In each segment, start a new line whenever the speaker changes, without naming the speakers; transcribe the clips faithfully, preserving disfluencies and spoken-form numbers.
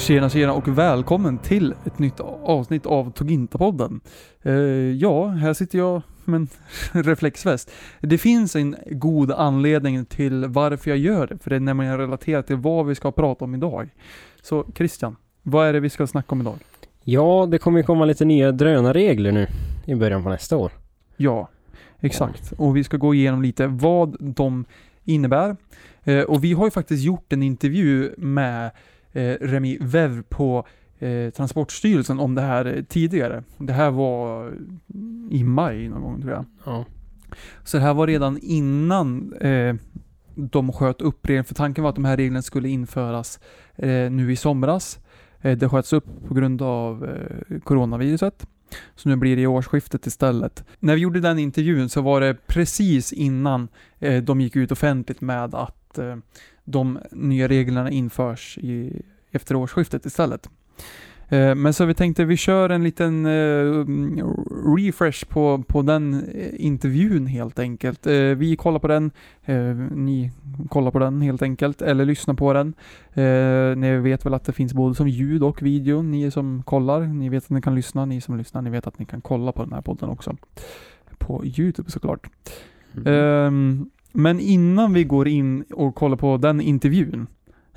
Tjena, tjena och välkommen till ett nytt avsnitt av Toginta-podden. Uh, ja, här sitter jag med en reflexväst. Det finns en god anledning till varför jag gör det, för det är nämligen relaterat till vad vi ska prata om idag. Så Christian, vad är det vi ska snacka om idag?
Ja, det kommer ju komma lite nya drönarregler nu i början på nästa år.
Ja, exakt. Och vi ska gå igenom lite vad de innebär. Uh, och vi har ju faktiskt gjort en intervju med Eh, Remi Vev på eh, Transportstyrelsen om det här eh, tidigare. Det här var i maj någon gång tror jag.
Ja.
Så det här var redan innan eh, de sköt upp reglerna. För tanken var att de här reglerna skulle införas eh, nu i somras. Eh, det sköts upp på grund av eh, coronaviruset. Så nu blir det i årsskiftet istället. När vi gjorde den intervjun så var det precis innan eh, de gick ut offentligt med att eh, de nya reglerna införs i, efter årsskiftet istället. Eh, men så vi tänkte vi kör en liten eh, refresh på, på den intervjun helt enkelt. Eh, vi kollar på den, eh, ni kollar på den helt enkelt, eller lyssnar på den. Eh, ni vet väl att det finns både som ljud och video. Ni som kollar, ni vet att ni kan lyssna. Ni som lyssnar, ni vet att ni kan kolla på den här podden också. På YouTube såklart. Mm. Eh, Men innan vi går in och kollar på den intervjun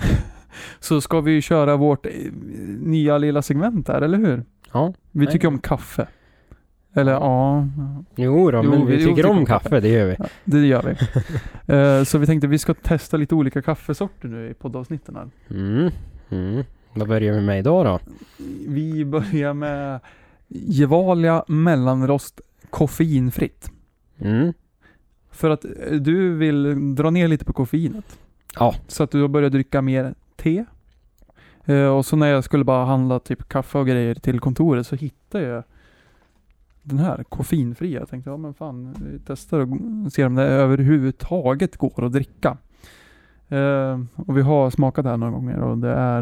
så ska vi köra vårt nya lilla segment här, eller hur?
Ja.
Vi tycker nej. om kaffe. Eller ja.
Jo då, jo, men vi, vi tycker om kaffe, kaffe, det gör vi.
Ja, det gör vi. uh, så vi tänkte att vi ska testa lite olika kaffesorter nu i poddavsnitten här.
Mm. Mm. Vad börjar vi med idag då?
Vi börjar med Gevalia mellanrost koffeinfritt.
Mm.
För att du vill dra ner lite på koffeinet.
Ja.
Så att du har börjat dricka mer te. Uh, och så när jag skulle bara handla typ kaffe och grejer till kontoret så hittade jag den här koffeinfria. Jag tänkte, ja men fan, vi testar och ser om det överhuvudtaget går att dricka. Uh, och vi har smakat det här några gånger och det är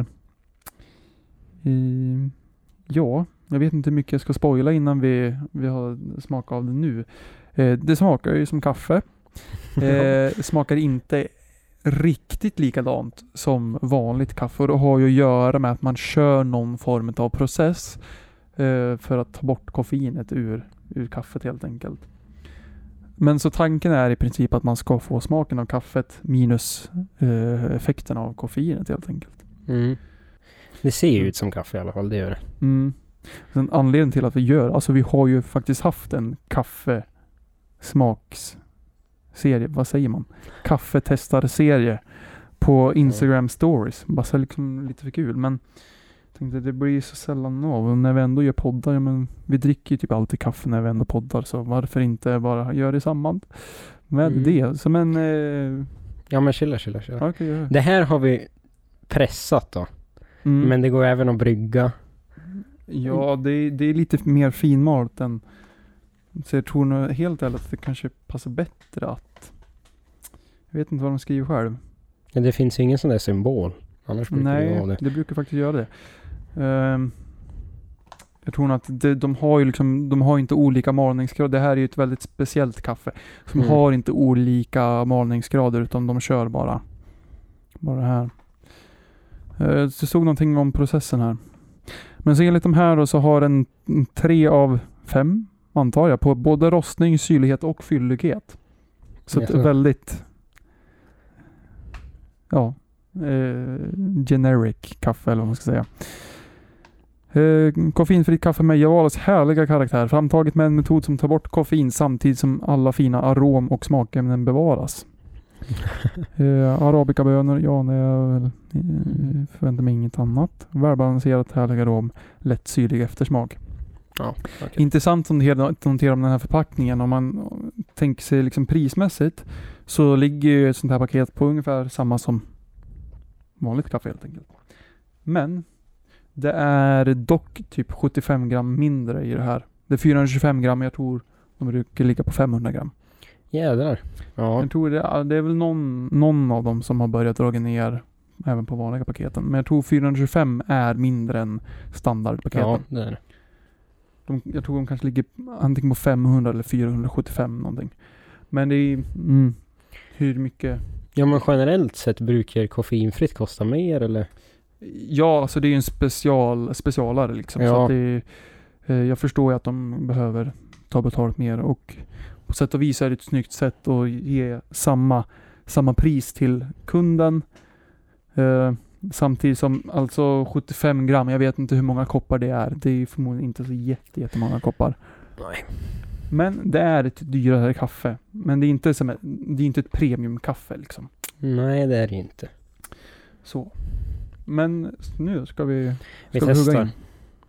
uh, ja, jag vet inte hur mycket jag ska spoila innan vi, vi har smakat av det nu. Uh, det smakar ju som kaffe. Uh, smakar inte riktigt likadant som vanligt kaffe, och det har ju att göra med att man kör någon form av process uh, för att ta bort koffeinet ur, ur kaffet helt enkelt. Men så tanken är i princip att man ska få smaken av kaffet minus uh, effekten av koffeinet helt enkelt.
Mm. Det ser ju ut som kaffe i alla fall, det gör det.
Mm. Sen anledningen till att vi gör, alltså vi har ju faktiskt haft en kaffesmaks serie, vad säger man? Kaffetestarserie på Instagram stories. Bara så liksom lite för kul. Men jag tänkte det blir så sällan av. Och när vi ändå gör poddar, ja, men vi dricker ju typ alltid kaffe när vi ändå poddar. Så varför inte bara göra det i samband med mm. det? Så men... Eh...
Ja men chilla, chilla, chilla.
Okay, ja.
Det här har vi pressat då. Mm. Men det går även att brygga.
Ja, det, det är lite mer finmalt än... Så jag tror nog helt ärligt att det kanske passar bättre att... Jag vet inte vad de skriver själv.
Ja, det finns ju ingen sån där symbol. Annars brukar
Nej,
det vara det.
det brukar faktiskt göra det. Um, jag tror att det, de har ju liksom... De har inte olika malningsgrader. Det här är ju ett väldigt speciellt kaffe. Som mm. har inte olika malningsgrader, utan de kör bara... Bara det här. Uh, det stod någonting om processen här. Men så enligt de här då så har en tre av fem... antar jag, på både rostning, syrlighet och fyllighet. Så det är väldigt ja, eh, generic kaffe eller vad man ska säga. Eh, koffeinfritt kaffe med Gevalas härliga karaktär, framtaget med en metod som tar bort koffein samtidigt som alla fina arom- och smakämnen bevaras. eh, Arabikabönor, ja, nej, jag eh, förväntar mig inget annat. Välbalanserat, härlig arom, lätt syrlig eftersmak.
Ja, okay.
Intressant att notera om den här förpackningen. Om man tänker sig liksom prismässigt så ligger ju ett sånt här paket på ungefär samma som vanligt kaffe helt enkelt. Men det är dock typ sjuttiofem gram mindre i det här. Det är fyrahundratjugofem gram, jag tror de brukar ligga på femhundra gram.
Jädrar. Ja.
Jag tror det, det är väl någon, någon av dem som har börjat dra ner även på vanliga paketen. Men jag tror fyrahundratjugofem är mindre än standardpaketen.
Ja, det är det.
De, jag tror de kanske ligger antingen på femhundra eller fyrahundrasjuttiofem någonting. Men det är mm, hur mycket...
Ja, men generellt sett brukar koffeinfritt kosta mer eller?
Ja, alltså det är ju en special, specialare liksom.
Ja.
Så att det, eh, jag förstår ju att de behöver ta betalt mer. Och på sätt och vis är det ett snyggt sätt att ge samma, samma pris till kunden. Eh, samtidigt som alltså sjuttiofem gram, jag vet inte hur många koppar det är. Det är förmodligen inte så jätte, jättemånga koppar.
Nej.
Men det är ett dyrare kaffe. Men det är inte, som ett, det är inte ett premiumkaffe liksom.
Nej, det är det inte.
Så. Men nu ska vi, ska
Vi
vi hugga
testar.
in.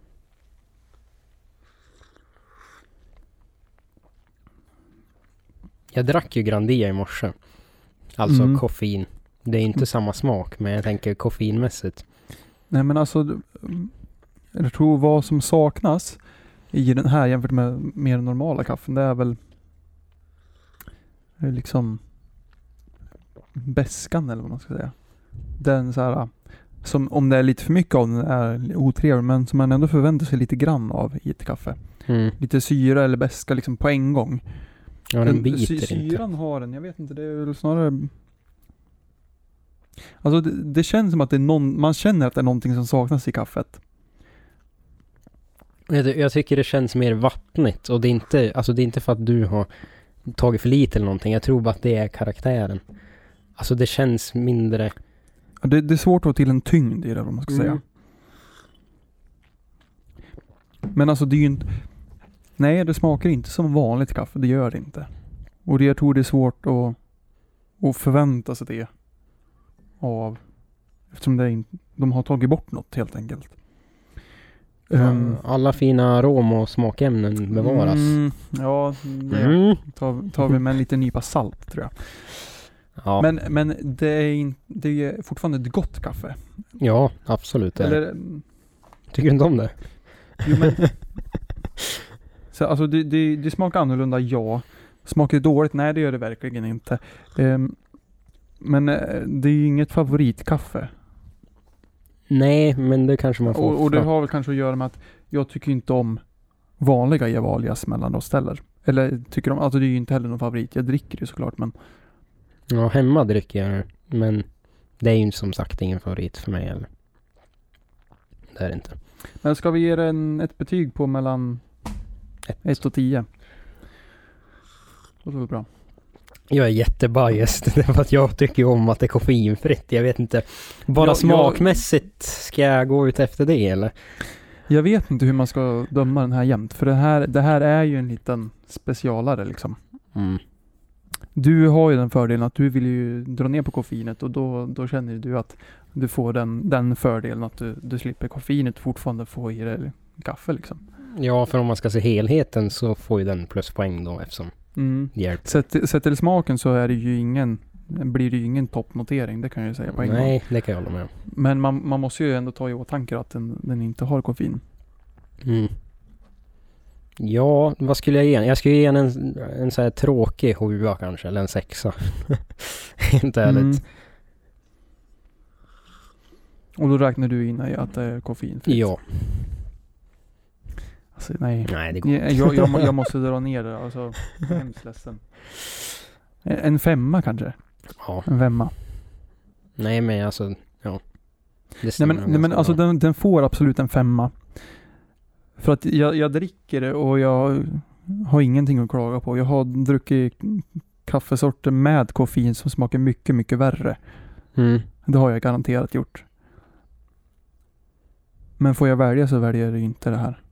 Jag drack ju Grandia i morse. Alltså
Mm.
koffein. Det är inte samma smak, men jag tänker koffeinmässigt.
Nej men alltså, d- jag tror vad som saknas i den här jämfört med mer normala kaffen, det är väl det är liksom beskan eller vad man ska säga. Den så här, som om det är lite för mycket av den är otrevlig, men som man ändå förväntar sig lite grann av i ett kaffe.
Mm.
Lite syra eller beska liksom på en gång.
Ja, den
sy-
biter inte.
Syran har den, jag vet inte, det är väl snarare... Alltså det, det känns som att det är någon, man känner att det är någonting som saknas i kaffet.
Jag, jag tycker det känns mer vattnigt. Och det är, inte, alltså det är inte för att du har tagit för lite eller någonting. Jag tror bara att det är karaktären. Alltså det känns mindre...
Ja, Det, det är svårt att få till en tyngd i det, vad man ska
Mm.
säga. Men alltså det är ju inte... Nej, det smakar inte som vanligt kaffe. Det gör det inte. Och det, jag tror det är svårt att, att förvänta sig det av... Eftersom det är in, de har tagit bort något helt enkelt. Ehm,
Alla fina arom- och smakämnen bevaras.
Mm, ja, det
Mm.
tar, tar vi med en liten nypa salt tror jag.
Ja.
Men, men det, är in, det är fortfarande ett gott kaffe.
ja, absolut. Det är det.
Eller... mm,
Tycker du inte om det?
Jo, men, så, alltså det, det, det smakar annorlunda, ja. Smakar det dåligt? Nej, det gör det verkligen inte. Ehm, men eh, det är ju inget favoritkaffe.
Nej, men det kanske man får
Och, och det
offra.
har väl kanske att göra med att jag tycker inte om vanliga Gevalias mellanrostställer. Eller tycker om, alltså det är ju inte heller någon favorit. Jag dricker det såklart, men
Ja, hemma dricker jag det. Men det är ju som sagt ingen favorit för mig heller. Det är det inte.
Men ska vi ge en, ett betyg på mellan
Ett.
ett och tio? Det var bra.
Jag är jättebiased. Det är för att jag tycker om att det är koffeinfritt. Jag vet inte. Bara
Jag-
smakmässigt ska jag gå ut efter det eller?
Jag vet inte hur man ska döma den här jämt. För det här, det här är ju en liten specialare liksom.
Mm.
Du har ju den fördelen att du vill ju dra ner på koffeinet och då, då känner ju du att du får den, den fördelen att du, du slipper koffeinet och fortfarande får i dig kaffe liksom.
Ja, för om man ska se helheten så får ju den pluspoäng då eftersom
Mm.
det hjälper.
Sett, sett till smaken så är det ju ingen, blir det ju ingen toppnotering, det kan jag ju säga på en gång.
Nej, det kan jag hålla med om.
Men man, man måste ju ändå ta i åtanke att den, den inte har koffein.
Mm. Ja, vad skulle jag ge den? Jag skulle ge den en, en så här tråkig sjua kanske, eller en sexa. Inte ärligt.
Mm. Och då räknar du in i att det är koffeinfritt?
Ja.
Alltså, nej.
Nej, det går
Jag, jag, jag, må- jag måste dra ner det. Alltså, jag är hemskt ledsen. En en femma kanske?
Ja.
En femma.
Nej, men alltså, ja. Det
Nej
stämmer
men, nej, men
ganska
alltså
bra.
den, den får absolut en femma. För att jag, jag dricker det och jag har ingenting att klaga på. Jag har druckit kaffesorter med koffein som smakar mycket, mycket värre.
Mm.
Det har jag garanterat gjort. Men får jag välja så väljer jag inte det här.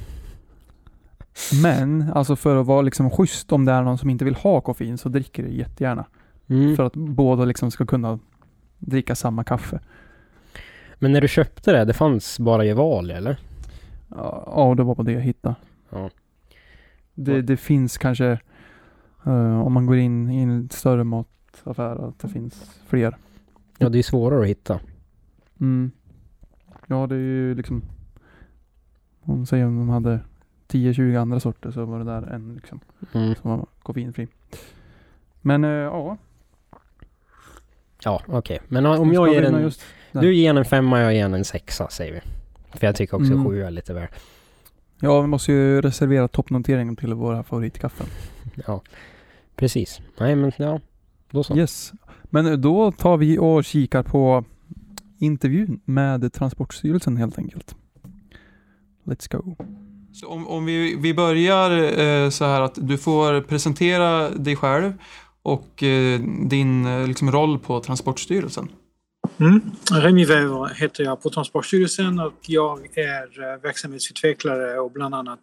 Men, alltså för att vara liksom schysst, om det är någon som inte vill ha koffein så dricker det jättegärna.
Mm.
För att båda liksom ska kunna dricka samma kaffe.
Men när du köpte det, det fanns bara Gevalia, eller?
Ja, ja, det var på det jag hittade.
Ja.
Det, det finns kanske, eh, om man går in i en större mataffär, att det finns fler.
Ja, det är svårare att hitta.
Mm. Ja, det är ju liksom, om säger om de hade tio tjugo andra sorter så var det där en liksom,
Mm.
som var koffeinfri. Men eh, ja.
Ja, okej. Men om jag
Ska
ger
vi nå
en...
just där?
Du ger en femma, jag ger en sexa, säger vi. För jag tycker också
Mm.
sju är lite väl.
Ja, vi måste ju reservera toppnoteringen till våra favoritkaffe.
Ja, precis. Nej, men ja, då så.
Yes. Men då tar vi och kikar på intervjun med Transportstyrelsen helt enkelt. Let's go. Så om, om vi, vi börjar eh, så här att du får presentera dig själv och eh, din eh, liksom, roll på Transportstyrelsen.
Mm. Remi Wever heter jag på Transportstyrelsen och jag är verksamhetsutvecklare och bland annat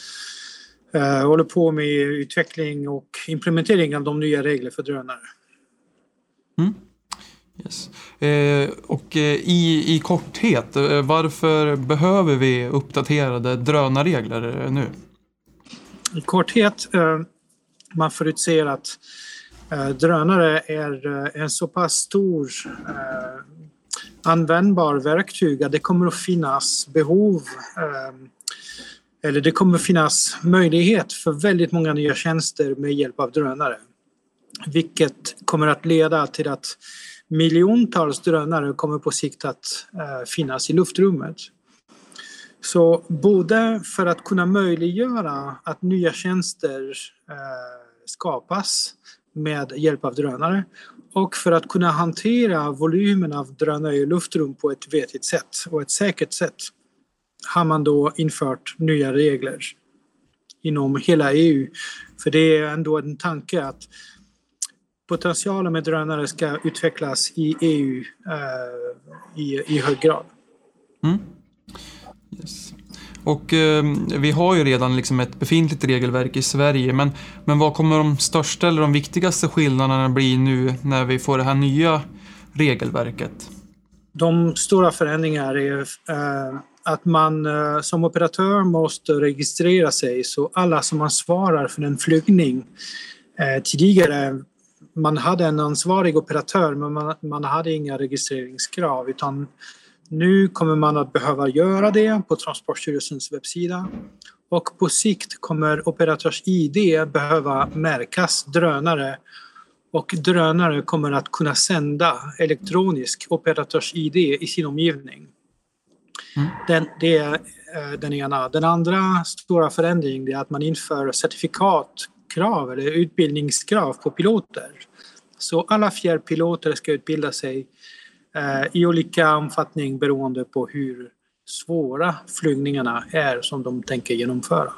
eh, håller på med utveckling och implementering av de nya regler för drönare.
Mm. Yes. Eh, och eh, i, i korthet, eh, varför behöver vi uppdaterade drönarregler nu?
I korthet, eh, man förutser att eh, drönare är eh, en så pass stor eh, användbar verktyg att det kommer att finnas behov eh, eller det kommer att finnas möjlighet för väldigt många nya tjänster med hjälp av drönare. Vilket kommer att leda till att miljontals drönare kommer på sikt att eh, finnas i luftrummet. Så både för att kunna möjliggöra att nya tjänster eh, skapas med hjälp av drönare och för att kunna hantera volymen av drönare i luftrum på ett vettigt sätt och ett säkert sätt har man då infört nya regler inom hela E U. För det är ändå en tanke att potentialen med drönare ska utvecklas i E U eh, i, i hög grad.
Mm. Yes. Och eh, vi har ju redan liksom ett befintligt regelverk i Sverige, men, men vad kommer de största eller de viktigaste skillnaderna bli nu när vi får det här nya regelverket?
De stora förändringar är eh, att man eh, som operatör måste registrera sig, så alla som ansvarar för en flygning eh, tidigare man hade en ansvarig operatör men man, man hade inga registreringskrav, utan nu kommer man att behöva göra det på Transportstyrelsens webbsida och på sikt kommer operatörs I D behöva märkas drönare och drönare kommer att kunna sända elektronisk operatörs I D i sin omgivning. Mm. Den, det är den ena. Den andra stora förändringen är att man inför certifikatkrav eller utbildningskrav på piloter. Så alla fjärrpiloter ska utbilda sig eh, i olika omfattning beroende på hur svåra flygningarna är som de tänker genomföra.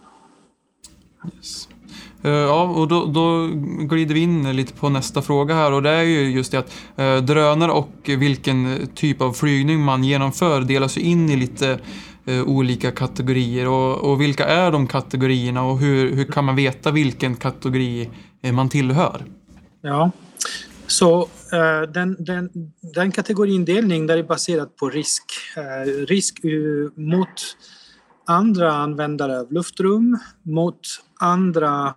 Yes. Uh, ja, och då, då glider vi in lite på nästa fråga här, och det är ju just det att uh, drönare och vilken typ av flygning man genomför delas ju in i lite uh, olika kategorier, och, och vilka är de kategorierna och hur, hur kan man veta vilken kategori uh, man tillhör?
Ja, så uh, den, den, den kategoriindelning där är baserad på risk. Uh, risk uh, mot andra användare av luftrum, mot andra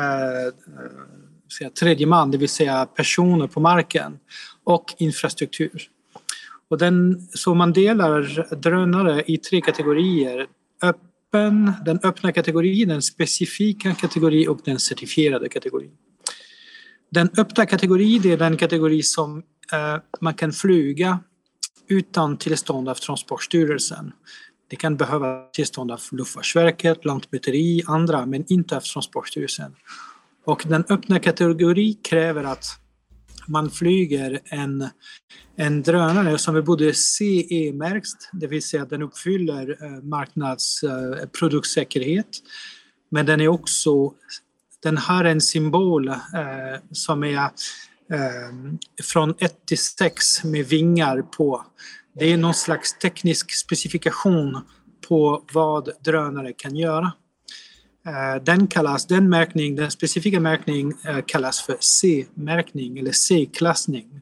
eh, tredje man, det vill säga personer på marken och infrastruktur. Och den, så man delar drönare i tre kategorier. Öppen, den öppna kategorin, den specifika kategori och den certifierade kategorin. Den öppna kategorin, det är den kategori som eh, man kan flyga utan tillstånd av Transportstyrelsen. Det kan behöva tillstånd av Luftfartsverket, Lantmäteri, andra, men inte av Transportstyrelsen. Och den öppna kategorin kräver att man flyger en, en drönare som är både C E-märkt, det vill säga att den uppfyller eh, marknads eh, produktsäkerhet, men den är också, den har en symbol eh, som är eh, från ett till sex med vingar på. Det är någon slags teknisk specifikation på vad drönare kan göra. Den kallas, den märkning, den specifika märkning kallas för C-märkning eller C-klassning.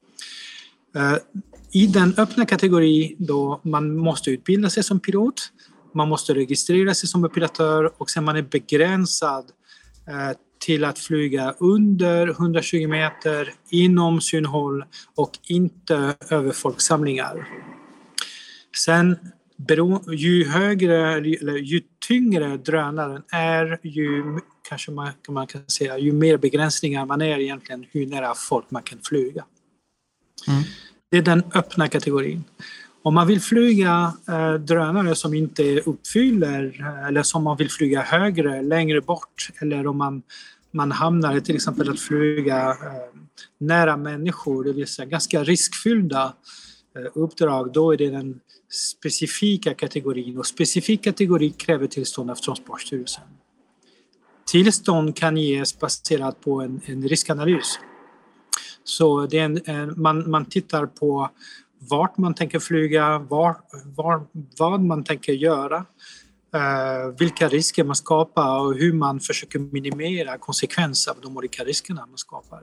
I den öppna kategorin då man måste utbilda sig som pilot, man måste registrera sig som operatör och sen man är begränsad till att flyga under hundratjugo meter inom synhåll och inte över folksamlingar. Sen ju högre eller ju tyngre drönaren är, ju kanske man, man kan säga, ju mer begränsningar man är egentligen, hur nära folk man kan flyga. Mm. Det är den öppna kategorin. Om man vill flyga eh, drönare som inte uppfyller eller som man vill flyga högre, längre bort, eller om man man hamnar till exempel att flyga eh, nära människor, det vill säga ganska riskfyllda uppdrag, då är det den specifika kategorin. Och specifik kategori kräver tillstånd av Transportstyrelsen. Tillstånd kan ges baserat på en, en riskanalys. Så det är en, en, man, man tittar på vart man tänker flyga, var, var, vad man tänker göra, eh, vilka risker man skapar och hur man försöker minimera konsekvenser av de olika riskerna man skapar.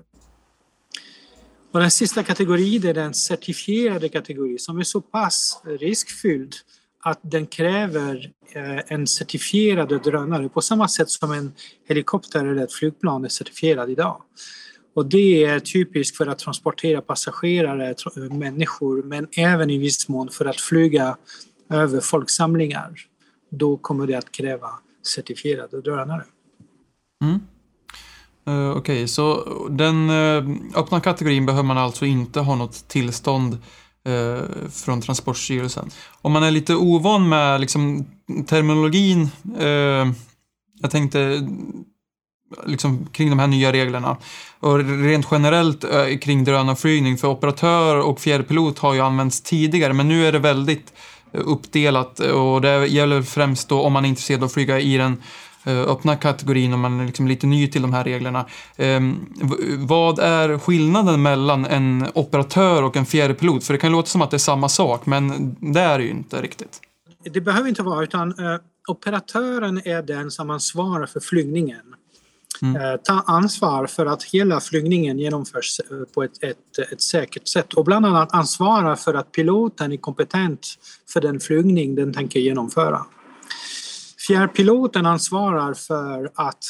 Och den sista kategorin är den certifierade kategori som är så pass riskfylld att den kräver eh, en certifierad drönare på samma sätt som en helikopter eller ett flygplan är certifierad idag. Och det är typiskt för att transportera passagerare, människor, men även i viss mån för att flyga över folksamlingar. Då kommer det att kräva certifierade drönare.
Mm. Uh, Okej, okay. Så den uh, öppna kategorin behöver man alltså inte ha något tillstånd uh, från Transportstyrelsen. Om man är lite ovan med liksom, terminologin, uh, jag tänkte liksom, kring de här nya reglerna och rent generellt uh, kring drönarflygning, för operatör och fjärrpilot har ju använts tidigare, men nu är det väldigt uh, uppdelat, och det gäller främst då om man är intresserad av att flyga i den öppna kategorin, om man är liksom lite ny till de här reglerna. Eh, vad är skillnaden mellan en operatör och en fjärrpilot? För det kan låta som att det är samma sak, men det är det ju inte riktigt.
Det behöver inte vara, utan eh, operatören är den som ansvarar för flygningen. Mm. Eh, ta ansvar för att hela flygningen genomförs på ett, ett, ett säkert sätt. Och bland annat ansvara för att piloten är kompetent för den flygning den tänker genomföra. Fjärrpiloten ansvarar för att,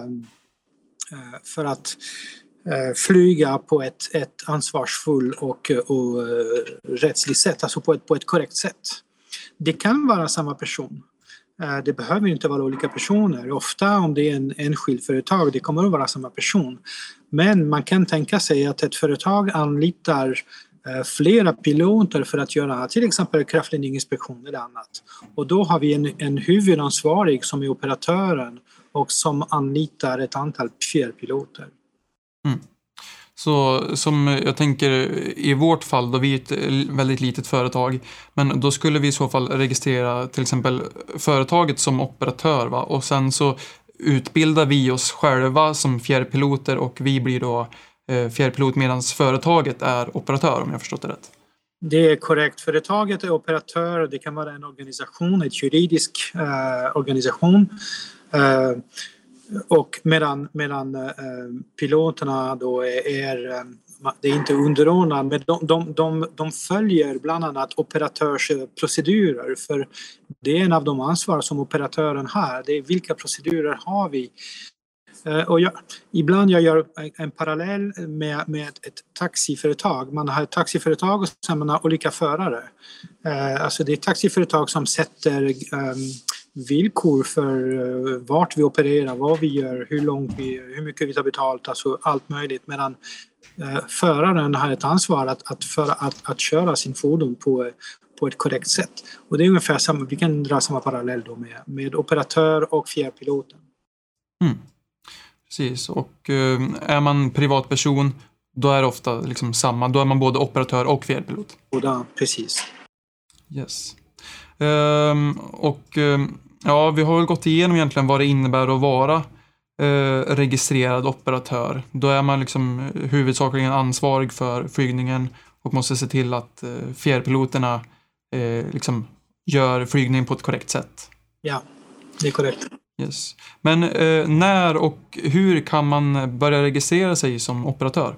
äh, för att äh, flyga på ett, ett ansvarsfullt och, och uh, rättsligt sätt, alltså på ett, på ett korrekt sätt. Det kan vara samma person. Äh, det behöver inte vara olika personer. Ofta om det är en enskild företag, det kommer att vara samma person. Men man kan tänka sig att ett företag anlitar flera piloter för att göra till exempel kraftledningsinspektion eller annat. Och då har vi en, en huvudansvarig som är operatören och som anlitar ett antal fjärrpiloter.
Mm. Så som jag tänker i vårt fall, då vi är ett väldigt litet företag, men då skulle vi i så fall registrera till exempel företaget som operatör, va? Och sen så utbildar vi oss själva som fjärrpiloter och vi blir då fjärrpilot medan företaget är operatör, om jag förstått det rätt.
Det är korrekt. Företaget är operatör. Det kan vara en organisation, en juridisk eh, organisation. Eh, och medan, medan eh, piloterna då är, är det är inte underordnat, men de, de, de, de följer bland annat operatörsprocedurer, för det är en av de ansvar som operatören har. Det är vilka procedurer har vi. Och jag, ibland jag gör en parallell med, med ett taxiföretag. Man har ett taxiföretag och sen man har olika förare. Eh, alltså det är ett taxiföretag som sätter um, villkor för uh, vart vi opererar, vad vi gör, hur långt vi, hur mycket vi tar betalt, alltså allt möjligt. Medan uh, föraren har ett ansvar att, att, för, att, att köra sin fordon på, på ett korrekt sätt. Och det är ungefär samma, vi kan dra samma parallell då med, med operatör och fjärrpiloten.
Mm. Precis, och eh, är man privatperson, då är det ofta liksom samma. Då är man både operatör och fjärrpilot.
Båda, precis.
Yes. Ehm, och eh, ja, vi har väl gått igenom egentligen vad det innebär att vara eh, registrerad operatör. Då är man liksom huvudsakligen ansvarig för flygningen och måste se till att eh, fjärrpiloterna eh, liksom gör flygningen på ett korrekt sätt.
Ja, det är korrekt.
Yes. Men eh, när och hur kan man börja registrera sig som operatör?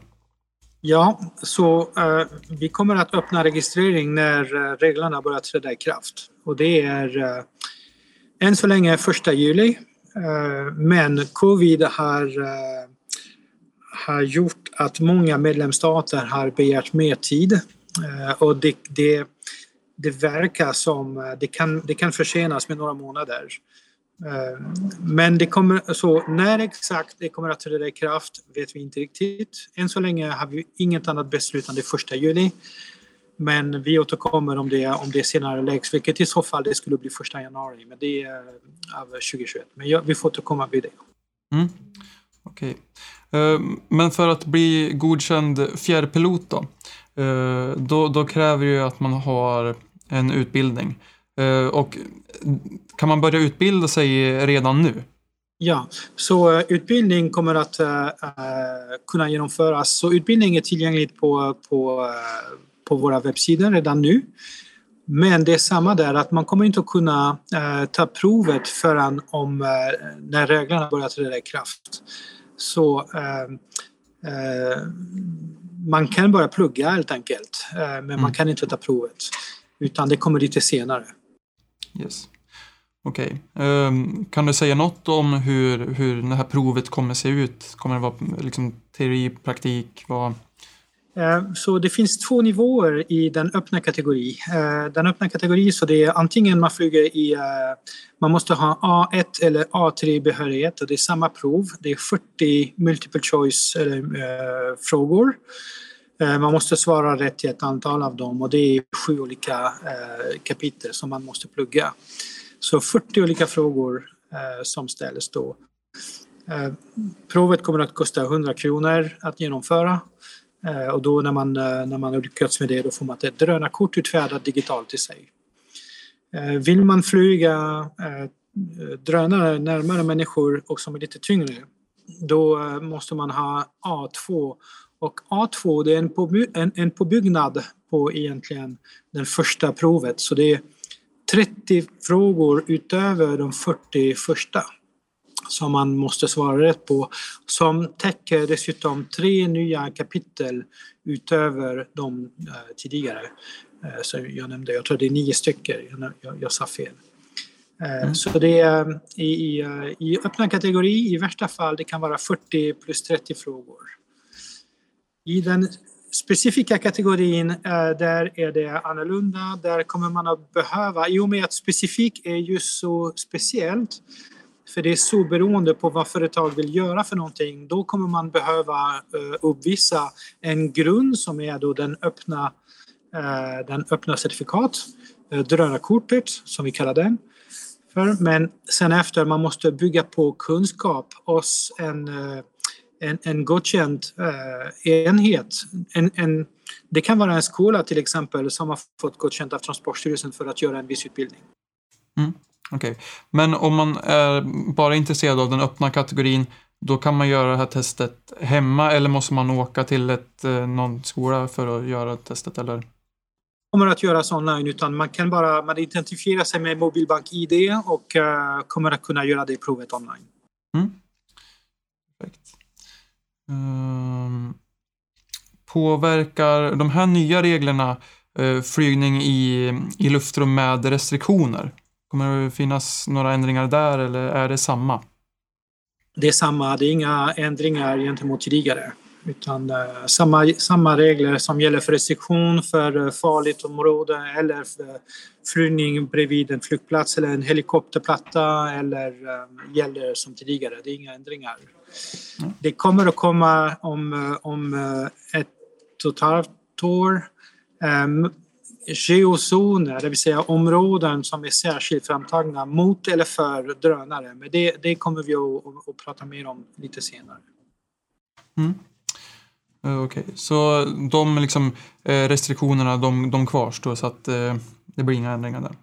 Ja, så eh, vi kommer att öppna registrering när eh, reglerna börjar träda i kraft. Och det är eh, än så länge första juli. Eh, men covid har, eh, har gjort att många medlemsstater har begärt mer tid. Eh, och det, det, det verkar som det kan, det kan försenas med några månader. Men det kommer, så när exakt det kommer att träda i kraft vet vi inte riktigt. Än så länge har vi inget annat beslut än det första juli. Men vi återkommer om det, om det senare läggs, vilket i så fall det skulle bli första januari. Men det är av tjugohundratjugoett. Men ja, vi får återkomma vid det.
Mm. Okej. Okay. Men för att bli godkänd fjärrpilot då, eh, då, då kräver det ju att man har en utbildning. Eh, och kan man börja utbilda sig redan nu?
Ja, så uh, utbildning kommer att uh, uh, kunna genomföras. Så utbildning är tillgängligt på, på, uh, på våra webbsidor redan nu. Men det är samma där, att man kommer inte att kunna uh, ta provet förrän om, uh, när reglerna börjar träda i kraft. Så uh, uh, man kan bara plugga helt enkelt, uh, men mm. man kan inte ta provet. Utan det kommer lite senare.
Yes. Okej. Okay. Um, kan du säga något om hur, hur det här provet kommer se ut? Kommer det vara liksom teori, praktik? Vad...
Uh, så det finns två nivåer i den öppna kategori. Uh, den öppna kategori, så det är antingen man flyger i, uh, man måste ha A ett eller A tre behörighet och det är samma prov. Det är fyrtio multiple choice uh, frågor. Uh, man måste svara rätt till ett antal av dem och det är sju olika uh, kapitel som man måste plugga. Så fyrtio olika frågor eh, som ställs då. Eh, provet kommer att kosta hundra kronor att genomföra. Eh, och då när man, eh, när man har lyckats med det, då får man ett drönarkort utfärdat digitalt till sig. Eh, vill man flyga eh, drönare närmare människor och som är lite tyngre, då eh, måste man ha A två. Och A två, det är en, påby- en, en påbyggnad på egentligen den första provet. Så det är trettio frågor utöver de fyrtio första som man måste svara rätt på, som täcker dessutom tre nya kapitel utöver de uh, tidigare. Uh, så jag nämnde, jag tror det är nio stycken, jag, jag, jag sa fel. Uh, mm. Så det är uh, i, i, uh, i öppna kategori, i värsta fall, det kan vara fyrtio plus trettio frågor. I den specifika kategorin, där är det annorlunda. Där kommer man att behöva, i och med att specifik är ju så speciellt, för det är så beroende på vad företag vill göra för någonting, då kommer man behöva uppvisa en grund som är då den öppna, den öppna certifikat, drönarkortet som vi kallar den för. Men sen efter man måste bygga på kunskap hos en En, en godkänd uh, enhet. En, en, det kan vara en skola till exempel som har fått godkänt av Transportstyrelsen för att göra en viss utbildning.
Mm, Okej, okay. Men om man är bara intresserad av den öppna kategorin, då kan man göra det här testet hemma eller måste man åka till ett, någon skola för att göra testet? Eller?
Det kommer att göras online, utan man kan bara man identifiera sig med mobilbank-I D och uh, kommer att kunna göra det provet online.
Mm. Perfekt. Um, påverkar de här nya reglerna uh, flygning i, i luftrum med restriktioner? Kommer det finnas några ändringar där eller är det samma?
Det är samma, det är inga ändringar gentemot tidigare. Utan uh, samma, samma regler som gäller för restriktion för uh, farligt område eller för flygning bredvid en flygplats eller en helikopterplatta eller uh, gäller som tidigare. Det är inga ändringar. Mm. Det kommer att komma om, om uh, ett och ett halvt år um, geozoner, det vill säga områden som är särskilt framtagna mot eller för drönare. Men det, det kommer vi att, att, att prata mer om lite senare.
Mm. Okej, okay. Så de liksom, restriktionerna de, de kvarstår så att eh, det blir inga ändringar där.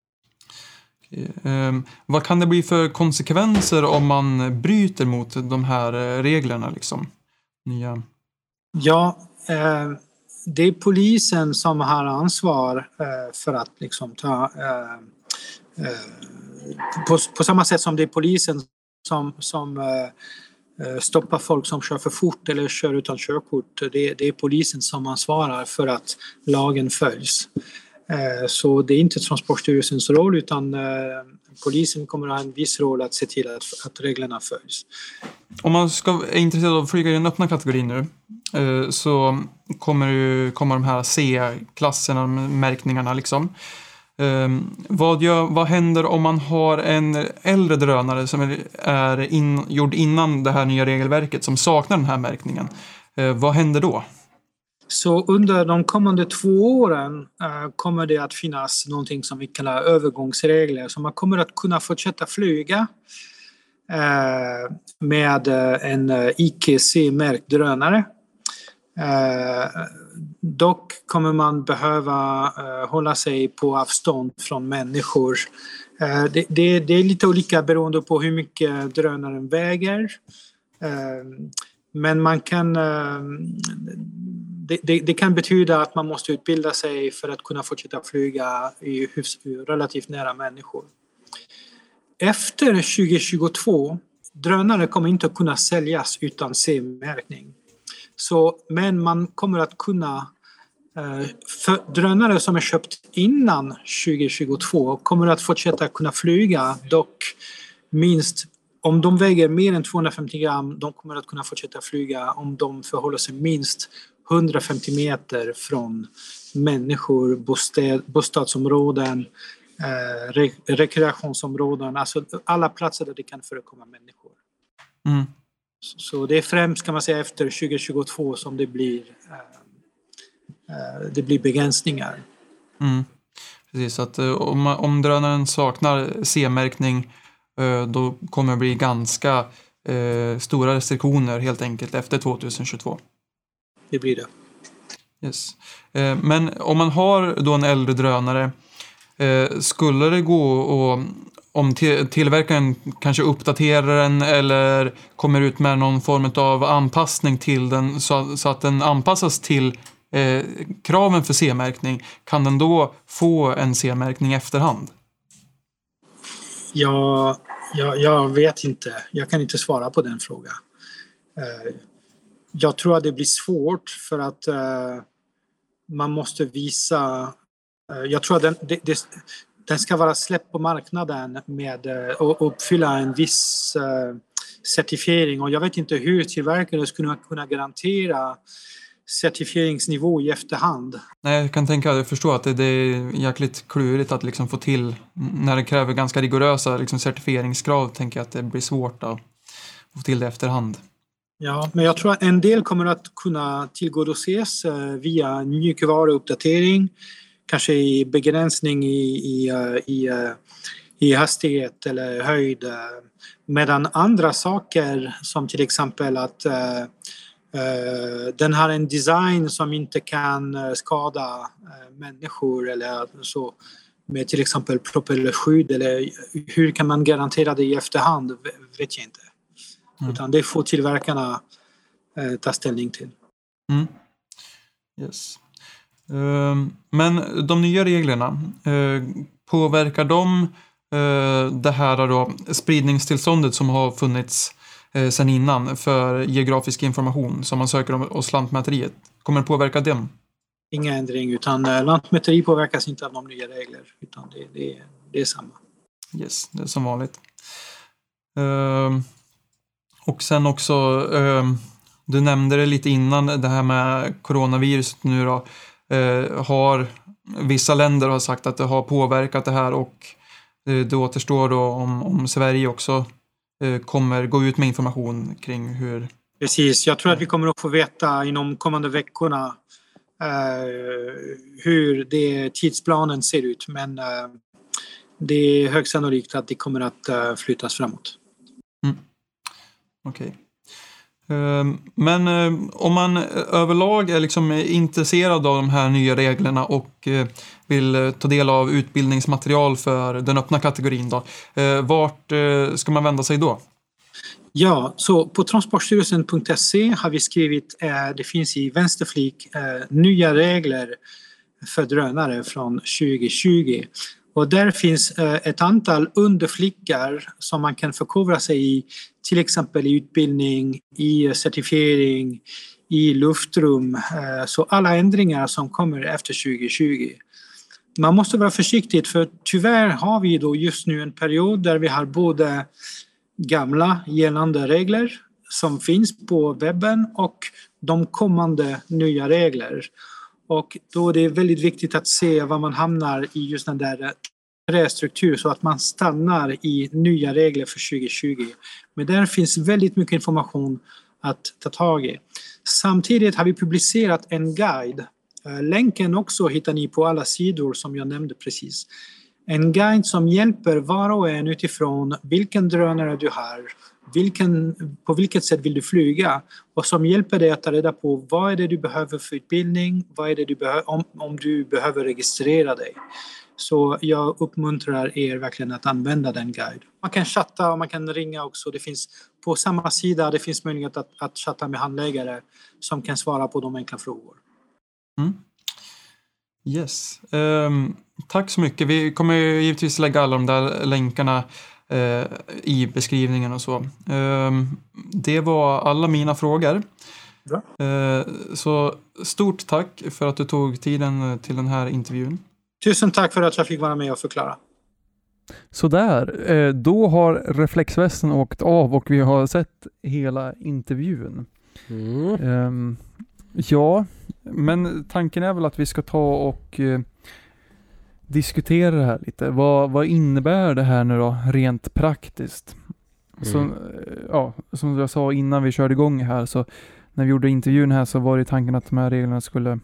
Okay. Eh, vad kan det bli för konsekvenser om man bryter mot de här reglerna liksom? Nya...
Ja, eh, det är polisen som har ansvar eh, för att liksom ta eh, eh, på, på samma sätt som det är polisen som, som eh, stoppa folk som kör för fort eller kör utan körkort. Det, det är polisen som ansvarar för att lagen följs. Så det är inte Transportstyrelsens roll, utan polisen kommer att ha en viss roll att se till att, att reglerna följs.
Om man ska, är intresserad av att flyga i den öppna kategorin nu, så kommer, ju, kommer de här C-klasserna, märkningarna liksom. Um, vad, gör, vad händer om man har en äldre drönare som är, är in, gjord innan det här nya regelverket som saknar den här märkningen? Uh, vad händer då?
Så under de kommande två åren uh, kommer det att finnas någonting som vi kallar övergångsregler. Så man kommer att kunna fortsätta flyga uh, med uh, en uh, I K C-märkt drönare. Uh, Dock kommer man behöva uh, hålla sig på avstånd från människor. Uh, det, det, det är lite olika beroende på hur mycket drönaren väger. Uh, men man kan, uh, det, det, det kan betyda att man måste utbilda sig för att kunna fortsätta flyga i hus, relativt nära människor. Efter tjugo tjugotvå, drönare kommer inte att kunna säljas utan C E-märkning. Så, men man kommer att kunna, för drönare som är köpt innan tjugo tjugotvå kommer att fortsätta kunna flyga, dock minst, om de väger mer än tvåhundrafemtio gram, de kommer att kunna fortsätta flyga om de förhåller sig minst hundrafemtio meter från människor, bostad, bostadsområden, eh, re, rekreationsområden, alltså alla platser där det kan förekomma människor.
Mm.
Så, så det är främst, kan man säga, efter tjugo tjugotvå som det blir eh, det blir begränsningar.
Mm. Precis, så att om, om drönaren saknar C E-märkning då kommer det bli ganska eh, stora restriktioner helt enkelt efter tjugohundratjugotvå.
Det blir det.
Yes. Eh, men om man har då en äldre drönare, eh, skulle det gå och om till, tillverkaren kanske uppdaterar den eller kommer ut med någon form av anpassning till den så, så att den anpassas till eh, kraven för C E-märkning, kan den då få en C E-märkning i efterhand?
Ja, jag, jag vet inte. Jag kan inte svara på den frågan. Uh, jag tror att det blir svårt för att uh, man måste visa... Uh, jag tror att den, det, det, den ska vara släppt på marknaden med, uh, och uppfylla en viss uh, certifiering. Och jag vet inte hur tillverkare skulle kunna garantera certifieringsnivå i efterhand.
Nej, jag kan tänka, jag förstår att det, det är jäkligt klurigt att liksom få till, när det kräver ganska rigorösa liksom certifieringskrav, tänker jag att det blir svårt att få till det efterhand.
Ja, men jag tror att en del kommer att kunna tillgodoses via mjukvaruuppdatering, kanske i begränsning i, i, i, i hastighet eller höjd, medan andra saker som till exempel att Uh, den har en design som inte kan uh, skada uh, människor eller så, med till exempel propellerskydd, eller hur kan man garantera det i efterhand, vet jag inte. Mm. Utan det får tillverkarna uh, ta ställning till.
Mm. Yes. Uh, men de nya reglerna, uh, påverkar de uh, det här då, spridningstillståndet som har funnits sen innan för geografisk information som man söker hos Lantmäteriet? Kommer det påverka dem?
Inga ändring, utan Lantmäteri påverkas inte av de nya regler, utan det, det, det är samma.
Yes, det är som vanligt. Uh, och sen också, uh, du nämnde det lite innan, det här med coronaviruset nu då, uh, har vissa länder har sagt att det har påverkat det här, och uh, det återstår då om, om Sverige också kommer gå ut med information kring hur... Precis,
jag tror att vi kommer att få veta inom kommande veckorna uh, hur det tidsplanen ser ut, men uh, det är högst sannolikt att det kommer att uh, flyttas framåt.
Mm. Okej. Okay. Uh, men uh, om man överlag är liksom intresserad av de här nya reglerna och uh, vill uh, ta del av utbildningsmaterial för den öppna kategorin då, uh, vart uh, ska man vända sig då?
Ja, så på transportstyrelsen punkt se har vi skrivit, uh, det finns i vänsterflik uh, nya regler för drönare från tjugo tjugo. Och där finns uh, ett antal underflickar som man kan förkovra sig i, till exempel i utbildning, i certifiering, i luftrum. Så alla ändringar som kommer efter tjugo tjugo. Man måste vara försiktig, för tyvärr har vi då just nu en period där vi har både gamla gällande regler som finns på webben och de kommande nya regler. Och då är det väldigt viktigt att se var man hamnar i just den där struktur, så att man stannar i nya regler för tjugo tjugo. Men där finns väldigt mycket information att ta tag i. Samtidigt har vi publicerat en guide. Länken också hittar ni på alla sidor som jag nämnde precis. En guide som hjälper var och en utifrån vilken drönare du har vilken, på vilket sätt vill du flyga, och som hjälper dig att ta reda på vad är det du behöver för utbildning, vad är det du behöver, om, om du behöver registrera dig. Så jag uppmuntrar er verkligen att använda den guide. Man kan chatta och man kan ringa också. Det finns på samma sida, det finns möjlighet att, att chatta med handläggare som kan svara på de enkla frågor.
Mm. Yes. Um, tack så mycket. Vi kommer givetvis lägga alla de där länkarna uh, i beskrivningen och så. Um, det var alla mina frågor.
Bra.
Uh, så stort tack för att du tog tiden till den här intervjun.
Tusen tack för att jag fick vara med och förklara.
Så där, eh, då har reflexvästen åkt av och vi har sett hela intervjun.
Mm.
Um, ja, men tanken är väl att vi ska ta och eh, diskutera det här lite. Vad, vad innebär det här nu då, rent praktiskt?
Mm.
Så, ja, som jag sa innan vi körde igång här, så när vi gjorde intervjun här så var det tanken att de här reglerna skulle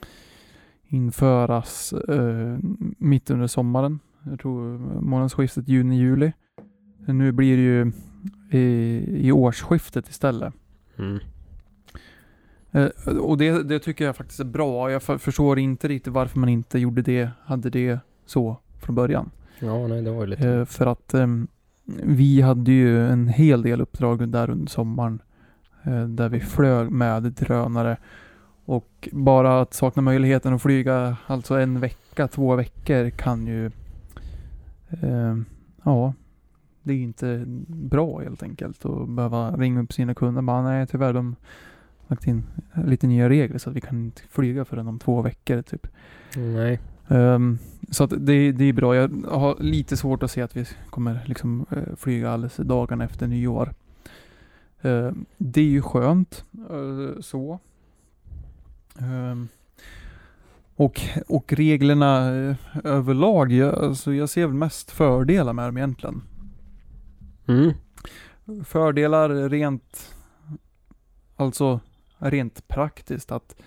införas eh, mitt under sommaren. Jag tror månadsskiftet juni-juli. Nu blir det ju i, i årsskiftet istället.
Mm.
Eh, och det, det tycker jag faktiskt är bra. Jag för, förstår inte riktigt varför man inte gjorde det, hade det så från början.
Ja, nej, det var ju lite...
Eh, för att eh, vi hade ju en hel del uppdrag där under sommaren eh, där vi flög med drönare. Och bara att sakna möjligheten att flyga alltså en vecka, två veckor kan ju eh, ja, det är inte bra helt enkelt att behöva ringa upp sina kunder. Bara, nej, tyvärr, de har lagt in lite nya regler så att vi kan inte flyga förrän om två veckor typ.
Nej.
Um, så att det, det är bra. Jag har lite svårt att se att vi kommer liksom uh, flyga alldeles dagarna efter nyår. Uh, det är ju skönt uh, så. Um, och, och reglerna uh, överlag, jag, alltså jag ser väl mest fördelar med dem egentligen.
Mm.
Fördelar rent, alltså rent praktiskt att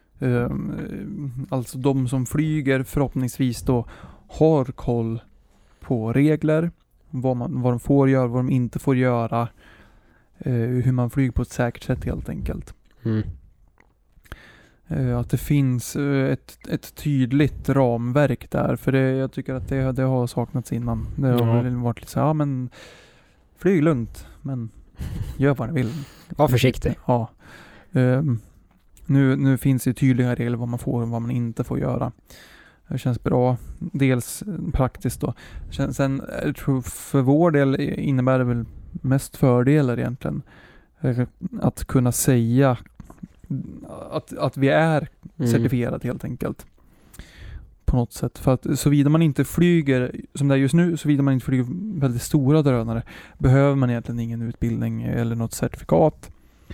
um, alltså de som flyger förhoppningsvis då har koll på regler, vad, man, vad de får göra, vad de inte får göra, uh, hur man flyger på ett säkert sätt helt enkelt.
Mm.
Uh, att det finns uh, ett, ett tydligt ramverk där, för det, jag tycker att det, det har saknats innan. Det har
Ja.
väl varit lite så ja men flyg lugnt, men gör vad ni vill.
Var försiktig.
Ja. Um, nu, nu finns det tydliga regler vad man får och vad man inte får göra. Det känns bra. Dels praktiskt då. Sen jag tror för vår del innebär det väl mest fördelar egentligen. Att kunna säga att, att vi är
Mm.
certifierade helt enkelt. På något sätt. För att såvida man inte flyger, som det är just nu, såvida man inte flyger väldigt stora drönare, behöver man egentligen ingen utbildning eller något certifikat.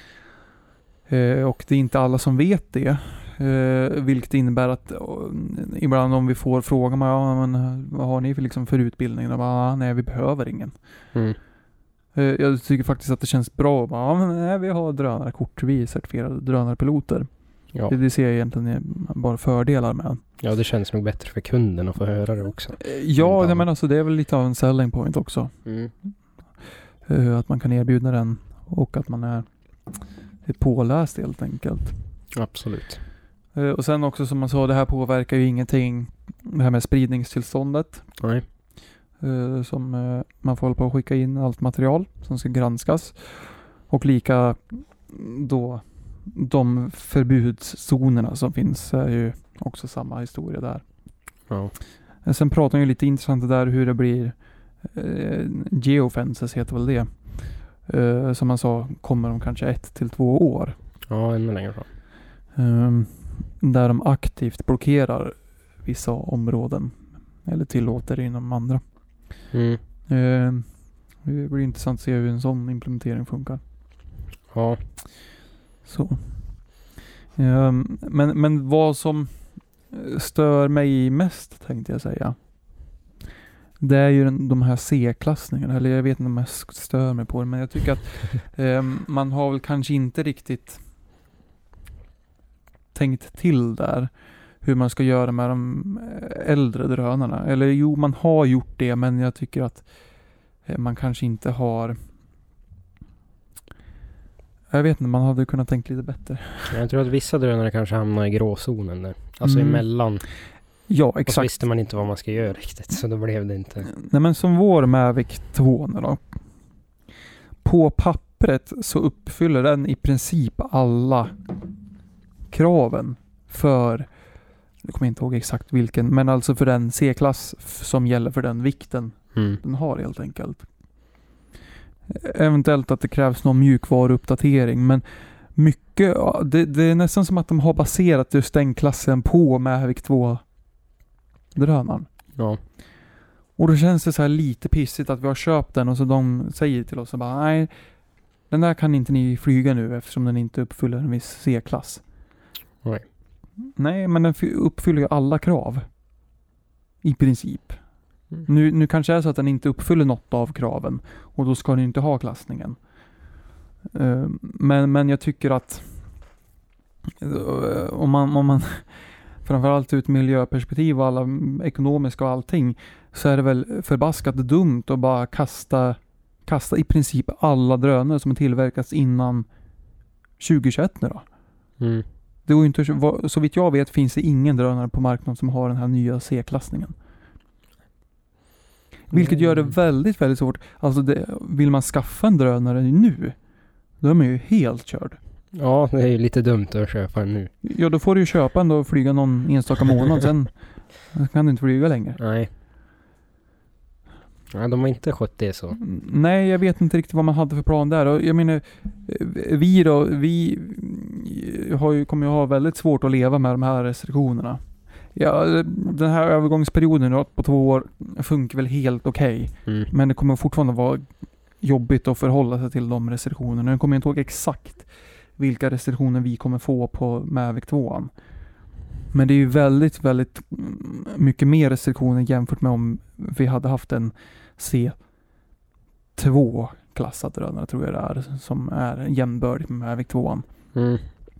Eh, och det är inte alla som vet det. Eh, vilket innebär att uh, ibland om vi får frågan, ja, men, vad har ni för, liksom, för utbildning? Och bara, ah, nej, vi behöver ingen.
Mm.
Eh, jag tycker faktiskt att det känns bra. Bara, ja, men, nej, vi har drönarkort, vi är certifierade drönarpiloter.
Ja.
Det, det ser jag egentligen bara fördelar med.
Ja, det känns nog bättre för kunden att få höra det också.
Ja, jag menar, alltså, det är väl lite av en selling point också.
Mm.
Uh, att man kan erbjuda den och att man är, är påläst helt enkelt.
Absolut.
Uh, och sen också som man sa, det här påverkar ju ingenting, det här med spridningstillståndet.
Nej.
Uh, som uh, man får hålla på att skicka in allt material som ska granskas. Och lika då de förbudszonerna som finns är ju också samma historia där.
Ja.
Sen pratar vi lite intressant där hur det blir eh, geofences heter väl det. Eh, som man sa kommer om kanske ett till två år.
Ja, ännu längre fram.
Eh, där de aktivt blockerar vissa områden eller tillåter det inom andra.
Mm.
Eh, det blir intressant att se hur en sån implementering funkar.
Ja.
Så. Eh, men, men vad som stör mig mest tänkte jag säga. Det är ju den, de här C-klassningarna. Eller jag vet inte om jag stör mig på det. Men jag tycker att eh, man har väl kanske inte riktigt tänkt till där. Hur man ska göra med de äldre drönarna. Eller jo, man har gjort det. Men jag tycker att eh, man kanske inte har Jag vet inte, man hade kunnat tänka lite bättre.
Jag tror att vissa drönare kanske hamnar i gråzonen där. Alltså
Mm.
emellan.
Ja,
Och så
exakt.
visste man inte vad man ska göra riktigt. Så då blev det inte.
Nej, men som vår Mavic två nu då. På pappret så uppfyller den i princip alla kraven för, jag kommer inte ihåg exakt vilken, men alltså för den C-klass f- som gäller för den vikten
Mm.
den har helt enkelt. Eventuellt att det krävs någon mjukvaruuppdatering, men mycket, ja, det, det är nästan som att de har baserat just den klassen på Mavic två drönaren.
Ja.
Och då känns det så här lite pissigt att vi har köpt den och så de säger till oss så bara, nej, den där kan inte ni flyga nu eftersom den inte uppfyller en viss C-klass.
Nej.
Nej, men den fy- uppfyller ju alla krav. I princip.
Mm.
Nu, nu kanske det är så att den inte uppfyller något av kraven och då ska den ju inte ha klassningen. Eh, men, men jag tycker att eh, om man, om man framförallt ur ett miljöperspektiv och alla ekonomiska och allting, så är det väl förbaskat dumt att bara kasta kasta i princip alla drönare som är tillverkats innan tjugohundratjugoett nu då.
Mm.
Det går ju inte, vad- så vitt jag vet finns det ingen drönare på marknaden som har den här nya C-klassningen. Vilket gör det
Mm.
väldigt, väldigt svårt. Alltså det, vill man skaffa en drönare nu, då är man ju helt körd.
Ja, det är ju lite dumt att köpa den nu.
Ja, då får du ju köpa en då och flyga någon enstaka månad, sen kan du inte flyga längre.
Nej. Nej, de har inte skött det så.
Mm, Nej, jag vet inte riktigt vad man hade för plan där. Och jag menar, eh, vi då, vi har ju, kommer ju ha väldigt svårt att leva med de här restriktionerna. Ja, den här övergångsperioden då, på två år funkar väl helt okej.
Mm.
Men det kommer fortfarande vara jobbigt att förhålla sig till de restriktionerna. Jag kommer inte ihåg exakt vilka restriktioner vi kommer få på Mavic två. Men det är ju väldigt, väldigt mm, mycket mer restriktioner jämfört med om vi hade haft en C två-klassad drönare, tror jag det är, som är jämnbördig med Mavic två.
Mm.